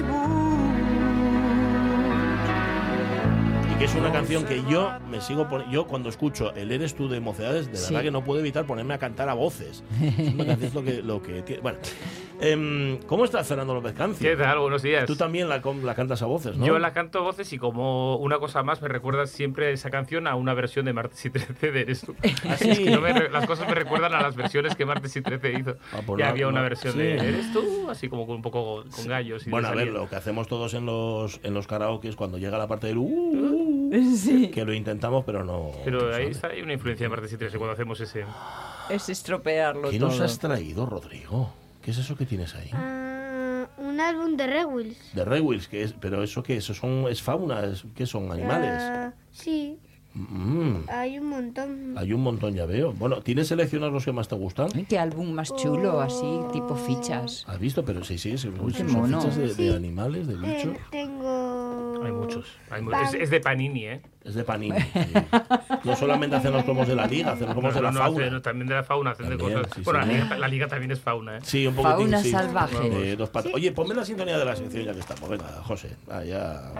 Y que es una canción que yo me sigo poniendo. Yo cuando escucho el Eres tú de Mocedades, de Sí. verdad que no puedo evitar ponerme a cantar a voces. Es una canción es lo que, lo que tiene. Bueno, em, ¿cómo estás, Fernando López Cancio? ¿Qué tal? Buenos días. Tú también la, com- la cantas a voces, ¿no? Yo la canto a voces y como una cosa más me recuerda siempre esa canción a una versión de Martes y trece de Eres tú. ¿Ah, sí? Es que no me re- las cosas me recuerdan a las versiones que Martes y trece hizo. Ah, pues Ya no, había una no. versión Sí. de Eres tú, así como con un poco con gallos. Y Bueno, le a ver, salía. lo que hacemos todos en los en los karaokes cuando llega la parte del uh, uh, Sí. que lo intentamos, pero no. Pero no ahí sale. está, hay una influencia de Martes y trece cuando hacemos ese... Es estropearlo ¿Qué todo. nos has traído, Rodrigo? ¿Qué es eso que tienes ahí? Ah, un álbum de Rewills. De Rewills, que es, pero eso qué, eso son es fauna, es, ¿qué son animales? Ah, sí, Mm, hay un montón. hay un montón, ya veo. Bueno, ¿tienes seleccionados los que más te gustan? Ay, qué álbum más chulo, así, tipo fichas. ¿Has visto? Pero sí, sí, sí, Uy, qué son mono. fichas de, de Sí. animales, de bichos. Eh, tengo... Hay muchos. Hay mu- Pan. es, es de Panini, ¿eh? Es de Panini. Sí. No solamente hacen los cromos de la liga, hacen los cromos de la No, no, fauna. hacen- también de la fauna, hacen de También, cosas... sí, bueno, la sí. liga, la liga también es fauna, ¿eh? Sí, un poquitín, Fauna sí. salvaje. De dos patas. Oye, ponme la sintonía de la sección ya que estamos. Venga, José. Ah, ya.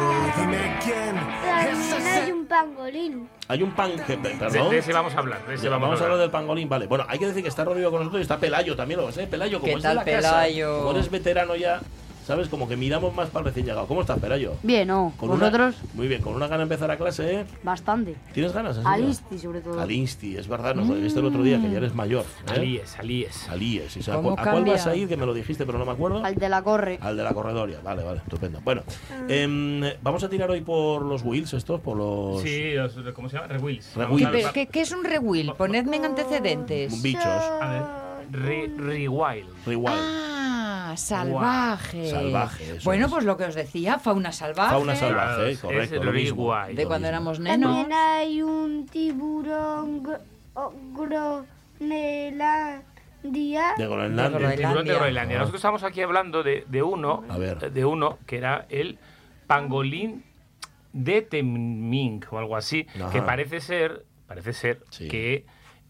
También hay un pangolín. Hay un pan que, pe- De, perdón. de ese vamos a hablar. De ese Ya, vamos, vamos a a hablar hablar. del pangolín, vale. Bueno, hay que decir que está Rodrigo con nosotros y está Pelayo también, lo sé. Pelayo, como ¿Qué es tal, de la casa, Pelayo? como eres veterano ya, ¿sabes? Como que miramos más para el recién llegado. ¿Cómo estás, Pelayo? Bien, ¿no? Con ¿Vosotros? Una, muy bien, con una gana de empezar a clase, ¿eh? Bastante. ¿Tienes ganas? ¿En Al serio? Insti, sobre todo. Al Insti, es verdad, nos lo dijiste el otro día, que ya eres mayor. ¿eh? Alíes, alíes. Alíes, ¿y sabes ¿Cómo ¿a cuál cambia? vas a ir? Que me lo dijiste, pero no me acuerdo. Al de la corre. Al de la corredoria, vale, vale, estupendo. Bueno, em, vamos a tirar hoy por los wheels estos, por los Sí, los- ¿cómo se llama? Rewills. Re- Vamos a- Pero, va- ¿qué, qué es un rewill? Ponedme en antecedentes. bichos. A ver. Re- Rewild. Rewild. Ah, salvaje. Salvaje, eso Bueno, es. pues lo que os decía, fauna salvaje. Fauna salvaje, Claro, correcto. es lo mismo, Rewild. De lo cuando mismo. éramos nenos. También hay un tiburón gr- oh, Groenlandia. De Groenlandia. De El tiburón de Groenlandia. Groenlandia. Ah. Nosotros estamos aquí hablando de, de uno, A ver. de uno que era el pangolín de Temminck o algo así, Ajá. que parece ser, parece ser Sí. que,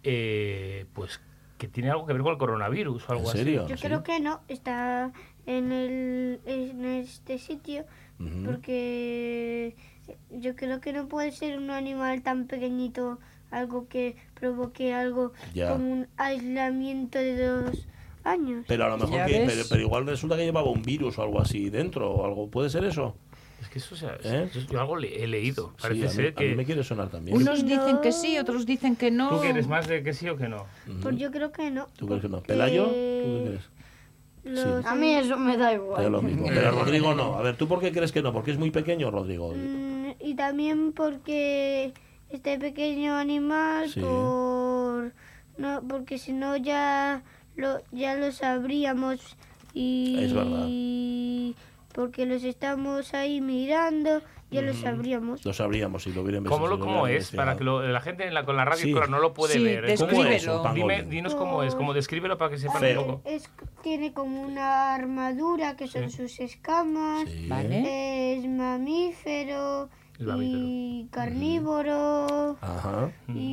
eh, pues, que tiene algo que ver con el coronavirus o algo ¿En serio? Yo ¿Sí? creo que no, está en, el, en este sitio Ujú. porque yo creo que no puede ser un animal tan pequeñito, algo que provoque algo Ya. como un aislamiento de dos años. Pero a lo mejor ¿Ya que, ves? pero, pero igual resulta que llevaba un virus o algo así dentro o algo. ¿Puede ser eso? Es que eso, o sea, ¿Eh? yo, yo algo le, he leído. Sí, Parece a mí, ser a mí que... me quiere sonar también. Unos Si dicen no- que sí, otros dicen que no. ¿Tú quieres más de que sí o que no? Ujú. Pues yo creo que no. ¿Tú crees que no? porque ¿Pelayo? ¿Tú qué crees? los- A mí eso me da Pero igual. lo mismo. Pero Rodrigo no. A ver, ¿tú por qué crees que no? Porque es muy pequeño, Rodrigo. Mm, y también porque este pequeño animal, Sí. por no, porque si no ya lo ya lo sabríamos y Es verdad. porque los estamos ahí mirando, ya lo Ujú. sabríamos. Lo sabríamos si lo hubieran ¿Cómo, si lo, lo cómo hubieran es? Para que lo- la gente en la, con la radio Sí. claro, no lo puede Sí, ver. ¿eh? ¿Cómo es descríbelo. un pangolín? Dime, dinos cómo es, como descríbelo para que sepan Feo. un poco. Es, tiene como una armadura que son Sí. sus escamas. Sí. Vale. Es mamífero Es y carnívoro. Ajá.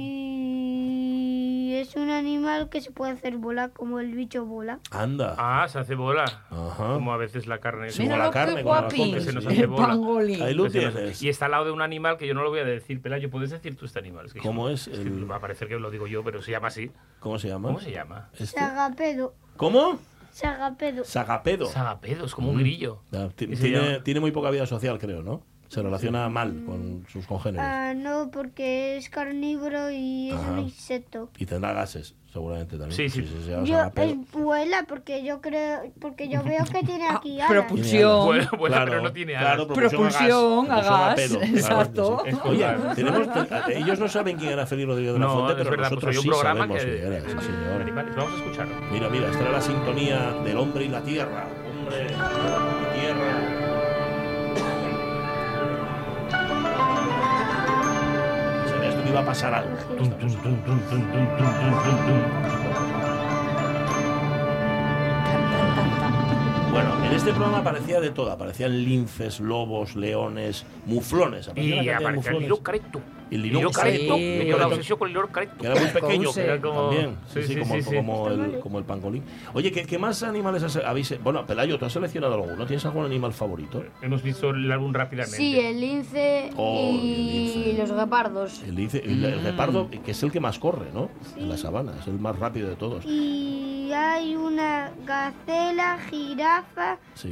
Y es un animal que se puede hacer volar como el bicho bola. Anda. Ah, se hace bola. Ajá. Como a veces la carne. Sí, como Mira la lo carne, que como la guapín. comes, se nos sí. hace El bola. pangolín. Ahí lo Que se nos- tienes. Y está al lado de un animal que yo no lo voy a decir. Pelayo, ¿puedes decir tú este animal? Es que ¿Cómo es que el- va a parecer que lo digo yo, pero se llama así. ¿Cómo se llama? ¿Cómo se llama? ¿Este? Sagapedo. ¿Cómo? Sagapedo. Sagapedo. Sagapedo, es como un Mm. grillo. Ya, ti- Y se tiene, llama- tiene muy poca vida social, creo, ¿no? Se relaciona mal con sus congéneres. Ah, no, porque es carnívoro y es Ajá. un insecto. Y tendrá gases, seguramente también. Sí, sí. Si se Yo, haga pedo. es vuela porque yo creo, porque yo veo que tiene aquí alas. propulsión. Vuela, vuela, Claro, pero no tiene claro, alas. Propulsión a gas, pedo, claro, exacto. sí. Es Oye, claro. tenemos, te- ellos no saben quién era Félix Rodríguez de la No, Fuente, es pero verdad, nosotros pues hay un sí programa sabemos que- quién era. Sí, señor. Animales, vamos a escucharlo. Mira, mira, esta era la sintonía del hombre y la tierra. Hombre y tierra. Sabías tú que iba a pasar algo. Tum, tum, tum, tum, tum, tum, tum, tum, tum, tum. Bueno, en este programa aparecía de todo. Aparecían linces, lobos, leones, muflones. Aparecía Y una cantidad de aparecía el muflones. Lilo Careto. El Lilo Lilo Careto. sí. Me quedó la obsesión con el Lilo Careto. Que era muy pequeño, Cause. que era Como- también. Sí, sí, sí, sí, como, sí, sí. como el, como el pangolín. Oye, ¿qué, qué más animales has- habéis...? Bueno, Pelayo, ¿tú has seleccionado alguno? ¿Tienes algún animal favorito? Hemos visto el álbum rápidamente. Sí, el lince Oh, y el lince. los guepardos. El, lince- el, el Mm. guepardo, que es el que más corre, ¿no? En la sabana, es el más rápido de todos. Y hay una gacela, jirafa, Sí.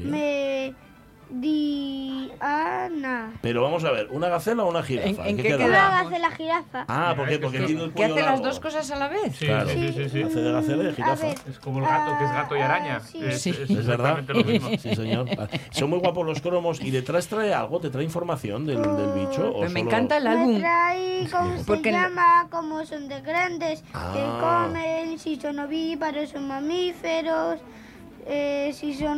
mediana. Pero vamos a ver, ¿una gacela o una jirafa? ¿En- en qué qué queda? queda? Una Vamos. gacela, jirafa. Ah, ¿por qué? Es que Porque esto- tiene el ¿Qué cuello hace las largo. dos cosas a la vez? Sí, Claro. sí, sí, sí. Hace de gacela y de A jirafa. ver, Es como el gato, que es gato y araña. Ah, sí. Es, Sí. es Es verdad. exactamente lo mismo. Sí, señor. Vale. Son muy guapos los cromos. ¿Y detrás trae algo? ¿Te trae información del, del bicho? ¿O Pues me solo- encanta el Me álbum. trae cómo se Porque el- llama, cómo son de grandes, qué Ah. comen, si son ovíparos, son mamíferos, eh, si son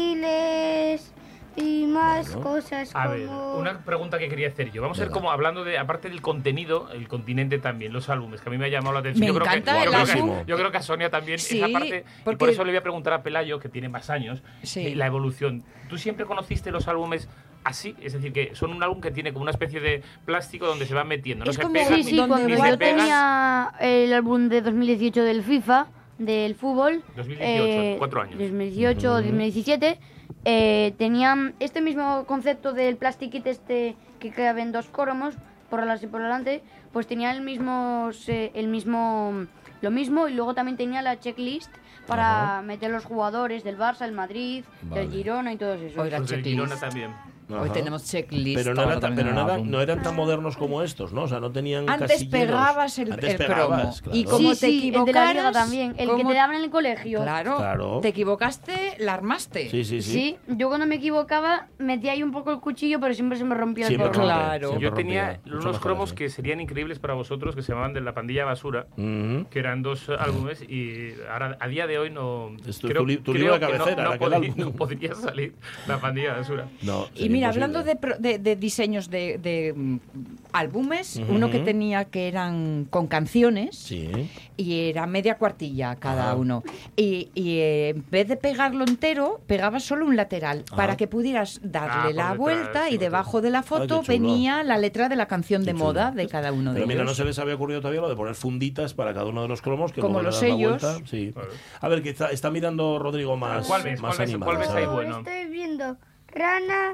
reptiles y más Bueno. cosas A como... ver, una pregunta que quería hacer yo. Vamos a ver Venga. como hablando de, aparte del contenido, el continente también, los álbumes, que a mí me ha llamado la atención. Me yo creo encanta que, el yo creo que- álbum. yo creo que a Sonia también Sí, esa parte. Y porque- por eso le voy a preguntar a Pelayo, que tiene más años, Sí. eh, la evolución. ¿Tú siempre conociste los álbumes así? Es decir, que son un álbum que tiene como una especie de plástico donde se va metiendo. No Es se como- pega, Sí, sí, donde cuando ni yo se pegan. tenía el álbum de dos mil dieciocho del FIFA, del fútbol, dos mil dieciocho, eh, cuatro años. dos mil dieciocho, dos mil diecisiete, eh, tenían este mismo concepto del plastiquito este que cabe en dos cromos, por atrás y por delante, pues tenía el mismo, se- el mismo, lo mismo, y luego también tenía la checklist para Ajá. meter los jugadores del Barça, el Madrid, Vale. del Girona y todos esos. Oiga, Los de checklist. Girona también. Hoy Ajá. tenemos checklist. Pero, no, era ahora tan, también pero en no, el eran, álbum. no eran tan modernos como estos, ¿no? O sea, no tenían Antes casilleros. pegabas el, Antes el pegabas, cromo. Y claro. como Sí, te sí, el de la liga equivocaras... también, el que como- te daban en el colegio. Claro, Claro. te equivocaste, la armaste. Sí, sí, sí. Sí, yo cuando me equivocaba metía ahí un poco el cuchillo, pero siempre se me rompía Siempre el corro. rompe, Claro. siempre Yo rompía. tenía Mucho unos mejor cromos así. que serían increíbles para vosotros, que se llamaban de La Pandilla Basura, Ujú. que eran dos álbumes, y ahora a día de hoy no Es tu- creo, tu li- tu creo libro de que no- cabecera, no, era aquel podría, álbum. no podría salir La Pandilla Basura. No, Y sería mira, imposible. hablando de, pro- de- de diseños de, de, mm, álbumes, Ujú. uno que tenía que eran con canciones Sí. y era media cuartilla cada Ajá. uno. Y, y, eh, en vez de pegarlo entero, pegabas solo un lateral Ah. para que pudieras Ah, darle por la detrás, vuelta sí, y debajo de la qué foto chulo. venía la letra de la canción Qué de chulo. moda de cada uno de Pero mira, no ellos. se les había ocurrido todavía lo de poner funditas para cada uno de los cromos. Que Como luego le los das la sellos. vuelta. Sí. Claro. A ver, que está, está mirando Rodrigo más, ¿Cuál ves? más ¿Cuál ves? animales. ¿Cuál ves a ahí ver. bueno? Estoy viendo rana,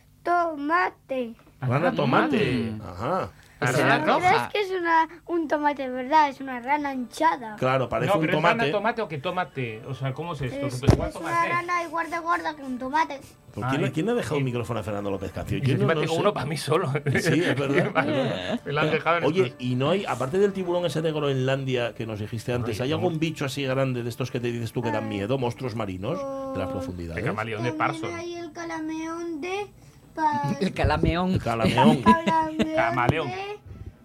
tomate. Rana tomate. tomate. Ajá. La Esa rana era Pero roja. es que es una, un tomate, ¿verdad? Es una rana hinchada. Claro, parece No, un pero ¿es rana tomate. tomate o qué tomate? O sea, ¿cómo es esto? Es, ¿Qué- igual es una tomate? rana igual de gorda que un tomate. ¿Por quién, Ay. quién le ha dejado el micrófono a Fernando López Cancio? Y Yo no, encima no tengo sé. uno para mí solo. Sí, es verdad. Me lo han dejado en Oye, estos- y no hay, aparte del tiburón ese de Groenlandia que nos dijiste antes, Ay, ¿hay no. algún bicho así grande de estos que te dices tú que dan miedo? ¿Monstruos marinos de las de profundidades? camaleón de También Parson. hay el calameón de... Par... El calameón. Calameón. Calameón Camaleón. de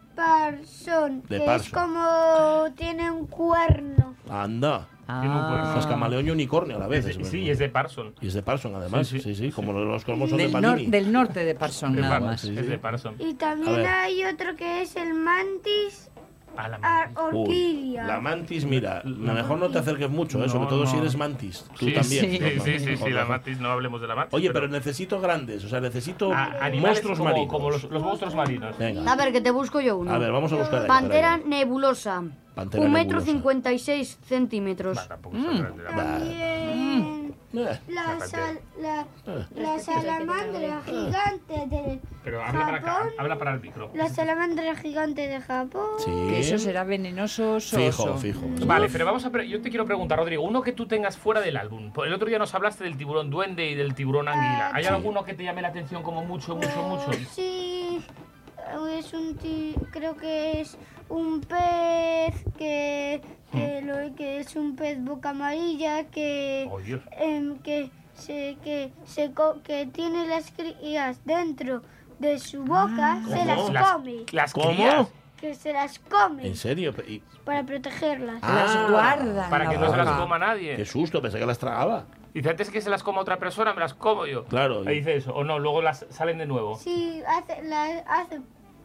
Parson. De que Parson. es como... tiene un cuerno. Anda. Tiene un cuerno. Pues camaleón y unicornio a la vez. Es de- es sí, verdad. es de Parson. Y es de Parson, además. Sí, Sí, sí, sí. como los cromos son de Del, nor- Panini. del norte de Parson, De nada Parson, más. sí, Es sí. de Parson. Y A también ver. hay otro que es el mantis Ah, la ar- mantis. Uy, orquídea. la mantis, mira, a lo mejor no te acerques mucho, ¿eh? No, sobre todo si no. eres mantis. Tú Sí, también. Sí, por sí, favor, sí, sí, por sí, la favor. mantis, no hablemos de la mantis. Oye, pero necesito grandes, o sea, necesito a- animales monstruos como, marinos. como los, los monstruos marinos. Venga. A ver, que te busco yo uno. A ver, vamos a buscar ahí. Pantera para nebulosa. Pantera un metro nebulosa. cincuenta y seis centímetros. Va, tampoco es tan grande la mantis. También La, sal, la, la salamandra gigante de Pero habla para, acá, Japón. habla para el micro. La salamandra gigante de Japón. Sí. Que eso será venenoso soso. Fijo, fijo. Vale, pero vamos a... pre- Yo te quiero preguntar, Rodrigo, uno que tú tengas fuera del álbum. El otro día nos hablaste del tiburón duende y del tiburón anguila. ¿Hay sí. alguno que te llame la atención como mucho, mucho, mucho? Sí, es un ti- creo que es un pez que, que, lo, que es un pez boca amarilla que Oh, Dios. em, que se que se co- que tiene las crías dentro de su boca, se las ¿Cómo? Las- come, Las ¿Cómo? crías. que se las come ¿En serio? Y- para protegerlas. Ah, Las guardan. Para la que no se las boca. coma nadie. Qué susto, pensé que las tragaba. Dice, antes que se las coma otra persona, me las como yo. Claro. Ahí dice eso. O no, luego las salen de nuevo. Sí, hace la hace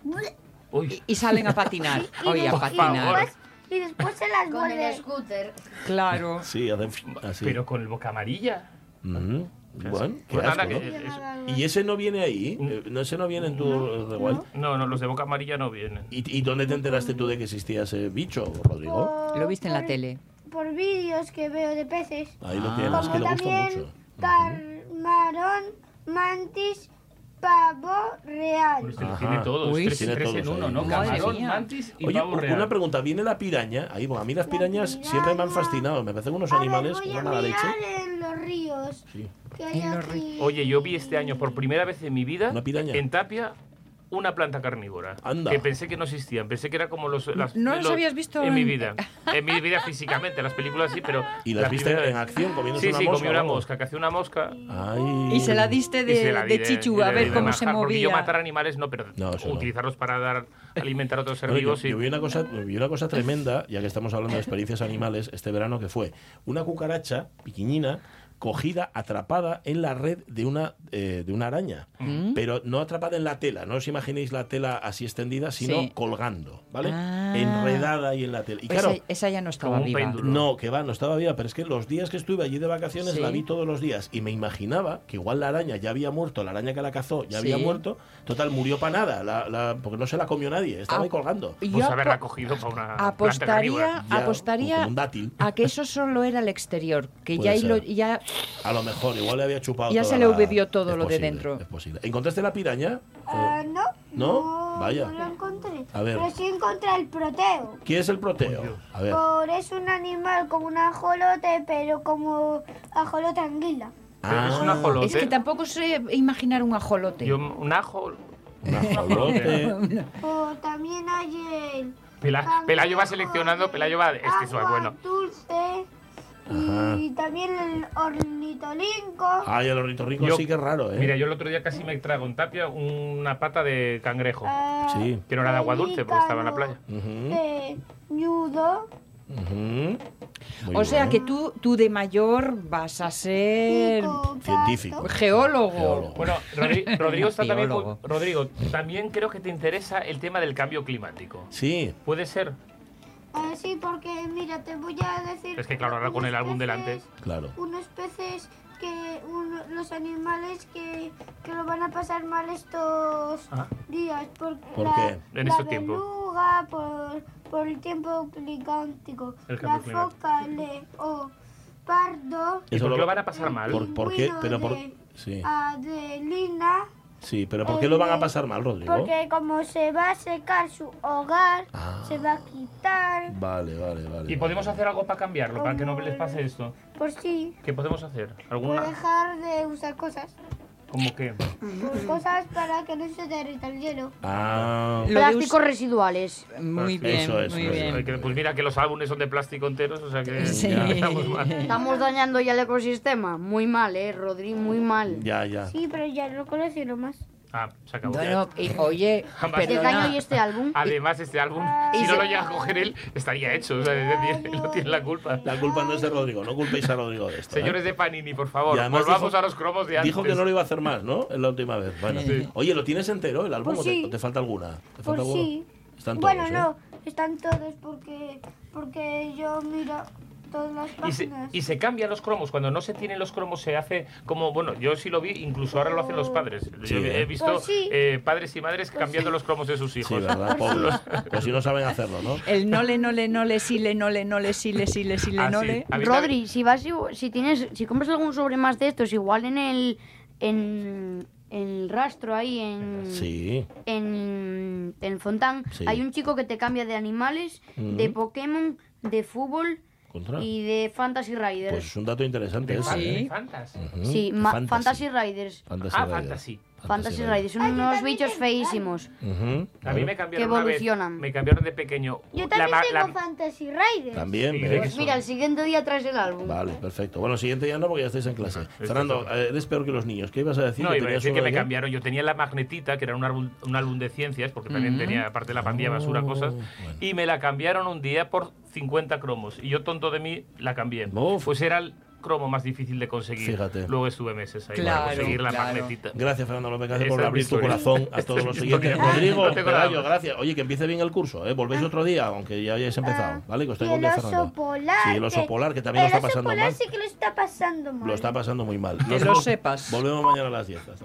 Uy. Y salen a patinar. y Oye, a des- patinar. y después, y después se las Con vuelve. el scooter. Claro. Sí, hacen así. Pero con el boca amarilla. Ujú. Bueno, qué Pues nada, asco, que- ¿no? es- ¿Y ese no viene ahí? Eh, ¿No, ¿Ese no viene en tu regual? No, no, los de boca amarilla no vienen. ¿Y, ¿Y dónde te enteraste tú de que existía ese bicho, Rodrigo? Por- Lo viste en la por- tele. Por vídeos que veo de peces. Ahí lo Ah. tienes, Como que le gusta también mucho. camarón, mantis, pavo real. Pues te lo Ajá. tiene todo. Uy, es tres, tiene tres todos en uno, ahí. ¿no? Madre Camarón, mía. mantis y Oye, pavo real. una pregunta, ¿viene la piraña? Ahí, bueno, a mí las pirañas siempre me han fascinado, me parecen unos A ver, animales voy con a una mala leche. mirar en los ríos. Sí. Que hay En los aquí. Oye, yo vi este año por primera vez en mi vida ¿Una piraña? en Tapia una planta carnívora. Anda. Que pensé que no existían. Pensé que era como los... Las, ¿No los habías visto en mi en- vida? En mi vida físicamente, las películas sí, pero... ¿Y las la viste primera en vez- acción comiéndose Sí, una sí, mosca comí o una algo? mosca, que hacía una mosca... Ay. Y se la diste y se de, la di de chichu, a de- ver de cómo manjar, se Porque yo movía. matar animales no, pero No, eso no. utilizarlos para dar alimentar a otros ser Bueno, yo, vivos sí. yo vi una cosa, vi una cosa tremenda, ya que estamos hablando de experiencias animales, este verano, que fue una cucaracha piquiñina cogida, atrapada en la red de una, eh, de una araña. Mm. Pero no atrapada en la tela, no os imaginéis la tela así extendida, sino Sí. colgando, ¿vale? Ah. Enredada ahí en la tela. Y Pues claro, esa, esa ya no estaba como un viva. péndulo. no, que va, no estaba viva, pero es que los días que estuve allí de vacaciones Sí. la vi todos los días y me imaginaba que igual la araña ya había muerto, la araña que la cazó ya Sí. había muerto, total, murió para nada, la- la- porque no se la comió nadie, estaba Ah, ahí colgando. Yo Pues haberla apo- cogido para una planta apostaría, carnívora. Ya, apostaría como un dátil. a que eso solo era el exterior, que Puede ya, lo- ser. ya A lo mejor, igual le había chupado Ya toda se le la- bebió todo es lo de posible, dentro. Es posible. ¿Encontraste la piraña? Ah, no, ¿No? Vaya. no lo encontré. A ver. Pero sí encontré el proteo. ¿Qué es el proteo? A ver. Por, es un animal como un ajolote, pero como ajolote anguila. Pero es un ajolote. es que tampoco sé imaginar un ajolote. Yo, un ajo... Un ajolote. O también hay el Pela- Pelayo va cangrejo seleccionando, de Pelayo va... Este es agua bueno. dulce. Ajá. Y también el ornitolinco. Ay, el ornitorrinco Yo- sí que es raro, ¿eh? Mira, yo el otro día casi me trago en Tapia una pata de cangrejo. ah, Sí. Que no era de agua dulce porque estaba en la playa. Ujú, Peñudo. ujú. Muy O sea bueno. que tú, tú de mayor vas a ser pico, Científico. pato. geólogo. Geólogo. Bueno, Rodri- Rodrigo está también... Biólogo. Rodrigo, también creo que te interesa el tema del cambio climático. Sí. ¿Puede ser? Ah, sí, porque mira, te voy a decir. Es que claro, ahora con unos el álbum delante... peces- Claro. Unos peces que. uno- los animales que, que lo van a pasar mal estos Ah. días. Por, ¿Por la, qué? En la este tiempo. beluga, por, por el tiempo climático. El La cambio climático. foca, leopardo. ¿Y Eso por qué lo- lo van a pasar mal? ¿Por, por qué? pingüino Pero por... de Sí. Adelina. Sí, pero ¿por qué lo van a pasar mal, Rodrigo? Porque como se va a secar su hogar, Ah. se va a quitar. Vale, vale, vale. ¿Y podemos hacer algo para cambiarlo, para que no les pase esto? Por sí. ¿Qué podemos hacer? Por ¿Alguna? dejar de usar cosas. ¿Cómo qué? Por cosas para que no se derrita el hielo. Ah, Lo de Plásticos residuales. Muy bien, Eso es, muy eso bien. es. Hay que- Pues mira que los álbumes son de plástico enteros, o sea que Sí. ya estamos mal. Estamos dañando ya el ecosistema. Muy mal, eh, Rodri, muy mal. ya, ya. Sí, pero ya no colecciono más. Ah, se acabó. Bueno, y, oye, Además, ¿Qué perdona, daño y este álbum? Además, este álbum, Y si no se- lo llega a coger él, estaría hecho. O sea, es decir, él no tiene la culpa. La culpa no es de Rodrigo, no culpéis a Rodrigo de esto. ¿eh? Señores de Panini, por favor, Y además volvamos dijo- a los cromos de antes. Dijo que no lo iba a hacer más, ¿no? En la última vez. Bueno. Sí. Oye, ¿lo tienes entero el álbum Pues o, te, sí. o te falta alguna? ¿Te Por falta alguno? sí. Están Bueno, todos, ¿eh? no, están todos porque porque yo miro todas las Y se, páginas. y se cambian los cromos. Cuando no se tienen los cromos se hace como, bueno, yo sí lo vi, incluso ahora lo hacen los padres. Sí, yo ¿eh? he visto Pues sí. eh, padres y madres Pues cambiando sí. los cromos de sus Sí, hijos. ¿verdad? Pobres. Pues si no saben hacerlo, ¿no? El nole, nole, nole, sile, nole, nole, sile, sile, sile, Ah, sí. nole. ¿Habéis- Rodri, si vas, si tienes, si compras algún sobre más de estos, igual en el, en, en el rastro ahí en, Sí. en, en Fontán, Sí. hay un chico que te cambia de animales, de Ujú. Pokémon, de fútbol Contra. y de Fantasy Riders. Pues es un dato interesante De ese, fan- ¿eh? de Fantas. Ujú. sí, ma- Fantasy. Fantasy Riders. Fantasy Ah, Riders. Fantasy. Fantasy Riders. Riders, son unos bichos feísimos. Ujú, A mí claro. me cambiaron Que una vez, evolucionan. me cambiaron de pequeño. Yo la también ma- tengo la- Fantasy Riders. También, Sí, ¿ves? de Pues mira, el siguiente día traes el álbum. Vale, perfecto. Bueno, el siguiente ya no, porque ya estáis en clase. Este Fernando, es eh, eres peor que los niños. ¿Qué ibas a decir? No, ¿Que iba a tenías decir uno que me de qué? cambiaron. Yo tenía la Magnetita, que era un álbum, un álbum de ciencias, porque también Ujú. tenía, aparte de la pandilla basura, Oh, cosas. bueno. Y me la cambiaron un día por cincuenta cromos. Y yo, tonto de mí, la cambié. Uf. Pues era el cromo más difícil de conseguir. Fíjate. Luego estuve meses ahí Claro, para conseguir la claro. Magnetita. Gracias, Fernando López, gracias Esa por es mi abrir tu historia. corazón a Esa todos es los mi siguientes. historia. Rodrigo, No tengo nada Pelayo, más. gracias. Oye, que empiece bien el curso, ¿eh? Volvéis otro día, aunque ya hayáis empezado, ¿vale? Que os Y tengo un el día oso Fernando. polar. Sí, el oso que- polar, que también lo está el oso pasando polar mal. sí que lo está pasando mal. Lo está pasando muy mal. Que lo Nosotros sepas. Volvemos mañana a las diez. Hasta